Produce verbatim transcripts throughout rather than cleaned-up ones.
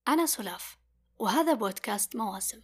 أنا سلاف، وهذا بودكاست مواسم.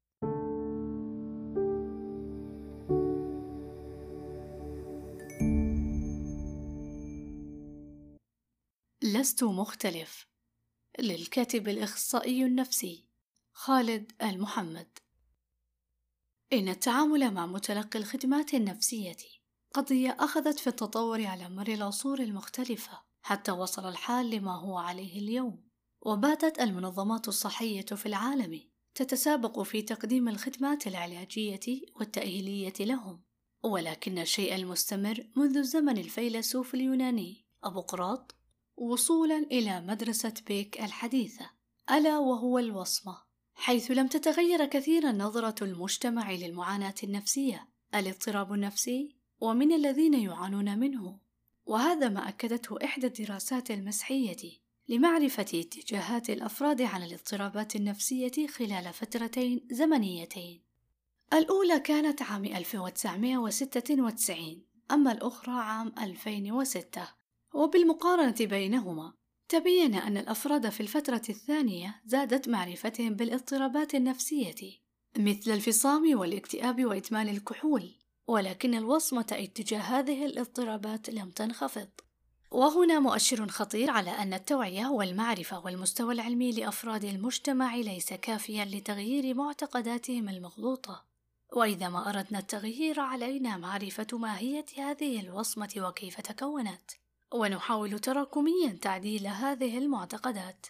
لست مختلف، للكاتب الإخصائي النفسي خالد المحمد. إن التعامل مع متلقي الخدمات النفسية قضية أخذت في التطور على مر العصور المختلفة حتى وصل الحال لما هو عليه اليوم، وباتت المنظمات الصحية في العالم تتسابق في تقديم الخدمات العلاجية والتأهيلية لهم. ولكن الشيء المستمر منذ الزمن الفيلسوف اليوناني أبوقراط وصولا إلى مدرسة بيك الحديثة، ألا وهو الوصمة، حيث لم تتغير كثيرا نظرة المجتمع للمعاناة النفسية، الاضطراب النفسي، ومن الذين يعانون منه. وهذا ما أكدته إحدى الدراسات المسحية لمعرفة اتجاهات الأفراد عن الاضطرابات النفسية خلال فترتين زمنيتين. الأولى كانت عام ألف وتسعمائة وستة وتسعين، أما الأخرى عام ألفين وستة. وبالمقارنة بينهما تبين أن الأفراد في الفترة الثانية زادت معرفتهم بالاضطرابات النفسية مثل الفصام والاكتئاب وإدمان الكحول، ولكن الوصمة اتجاه هذه الاضطرابات لم تنخفض. وهنا مؤشر خطير على أن التوعية والمعرفة والمستوى العلمي لأفراد المجتمع ليس كافيا لتغيير معتقداتهم المغلوطة. وإذا ما أردنا التغيير علينا معرفة ماهية هذه الوصمة وكيف تكونت، ونحاول تراكميا تعديل هذه المعتقدات.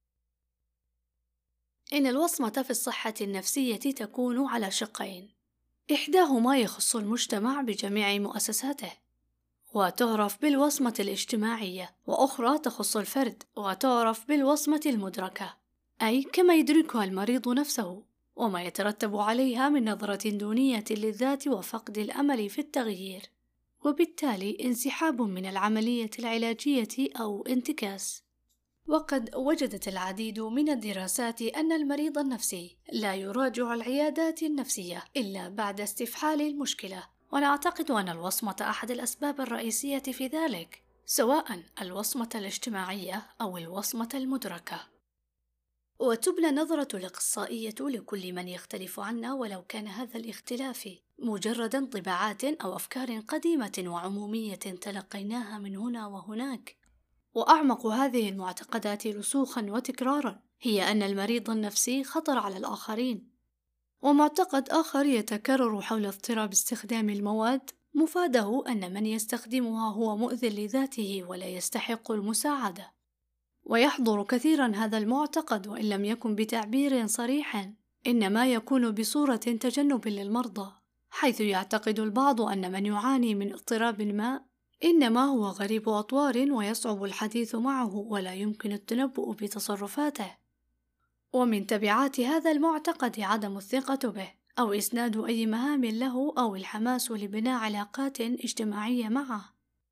إن الوصمة في الصحة النفسية تكون على شقين، إحداهما يخص المجتمع بجميع مؤسساته وتعرف بالوصمة الاجتماعية، وأخرى تخص الفرد وتعرف بالوصمة المدركة، أي كما يدركها المريض نفسه وما يترتب عليها من نظرة دونية للذات وفقد الأمل في التغيير، وبالتالي انسحاب من العملية العلاجية أو انتكاس. وقد وجدت العديد من الدراسات أن المريض النفسي لا يراجع العيادات النفسية إلا بعد استفحال المشكلة، ونعتقد أن الوصمة أحد الأسباب الرئيسية في ذلك، سواء الوصمة الاجتماعية أو الوصمة المدركة. وتبنى نظرة الإخصائية لكل من يختلف عنا، ولو كان هذا الاختلاف مجرد انطباعات أو أفكار قديمة وعمومية تلقيناها من هنا وهناك. وأعمق هذه المعتقدات رسوخا وتكرارا هي أن المريض النفسي خطر على الآخرين. ومعتقد آخر يتكرر حول اضطراب استخدام المواد مفاده أن من يستخدمها هو مؤذٍ لذاته ولا يستحق المساعدة. ويحضر كثيرا هذا المعتقد وإن لم يكن بتعبير صريح، إنما يكون بصورة تجنب للمرضى، حيث يعتقد البعض أن من يعاني من اضطراب ما إنما هو غريب أطوار ويصعب الحديث معه ولا يمكن التنبؤ بتصرفاته. ومن تبعات هذا المعتقد عدم الثقة به أو إسناد أي مهام له أو الحماس لبناء علاقات اجتماعية معه.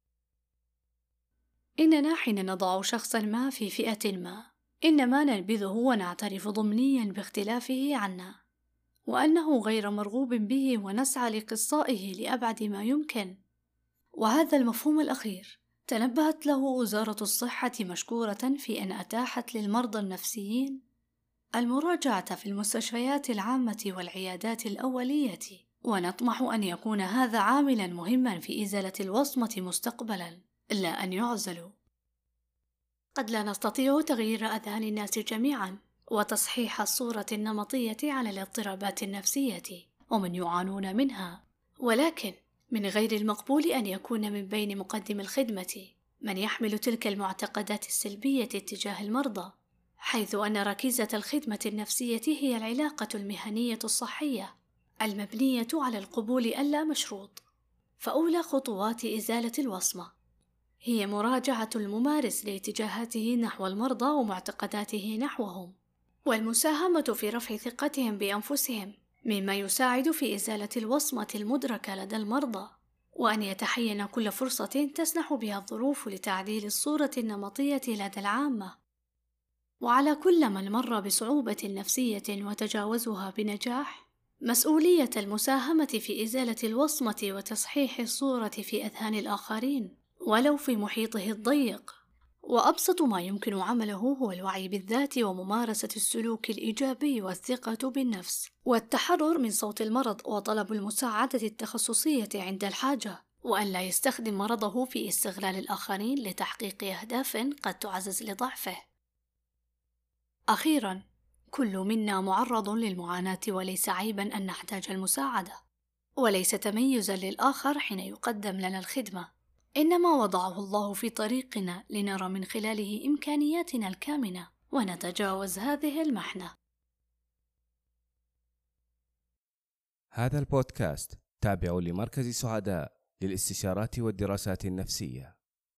إننا حين نضع شخصا ما في فئة ما إنما ننبذه ونعترف ضمنيا باختلافه عنا، وأنه غير مرغوب به، ونسعى لقصائه لأبعد ما يمكن. وهذا المفهوم الأخير تنبهت له وزارة الصحة مشكورة في أن أتاحت للمرضى النفسيين المراجعة في المستشفيات العامة والعيادات الأولية، ونطمح أن يكون هذا عاملا مهما في إزالة الوصمة مستقبلا، إلا أن يعزلوا. قد لا نستطيع تغيير أذهان الناس جميعا وتصحيح الصورة النمطية على الاضطرابات النفسية ومن يعانون منها، ولكن من غير المقبول أن يكون من بين مقدم الخدمة من يحمل تلك المعتقدات السلبية تجاه المرضى، حيث أن ركيزة الخدمة النفسية هي العلاقة المهنية الصحية المبنية على القبول اللا مشروط. فأولى خطوات إزالة الوصمة هي مراجعة الممارس لاتجاهاته نحو المرضى ومعتقداته نحوهم، والمساهمة في رفع ثقتهم بأنفسهم، مما يساعد في إزالة الوصمة المدركة لدى المرضى، وأن يتحين كل فرصة تسنح بها الظروف لتعديل الصورة النمطية لدى العامة. وعلى كل من مر بصعوبة نفسية وتجاوزها بنجاح مسؤولية المساهمة في إزالة الوصمة وتصحيح الصورة في أذهان الآخرين ولو في محيطه الضيق، وأبسط ما يمكن عمله هو الوعي بالذات وممارسة السلوك الإيجابي والثقة بالنفس والتحرر من صوت المرض وطلب المساعدة التخصصية عند الحاجة، وأن لا يستخدم مرضه في استغلال الآخرين لتحقيق أهداف قد تعزز لضعفه. أخيراً، كل منا معرض للمعاناة، وليس عيباً أن نحتاج المساعدة، وليس تميزاً للآخر حين يقدم لنا الخدمة، إنما وضعه الله في طريقنا لنرى من خلاله إمكانياتنا الكامنة ونتجاوز هذه المحنة. هذا البودكاست تابع لمركز سعداء للاستشارات والدراسات النفسية.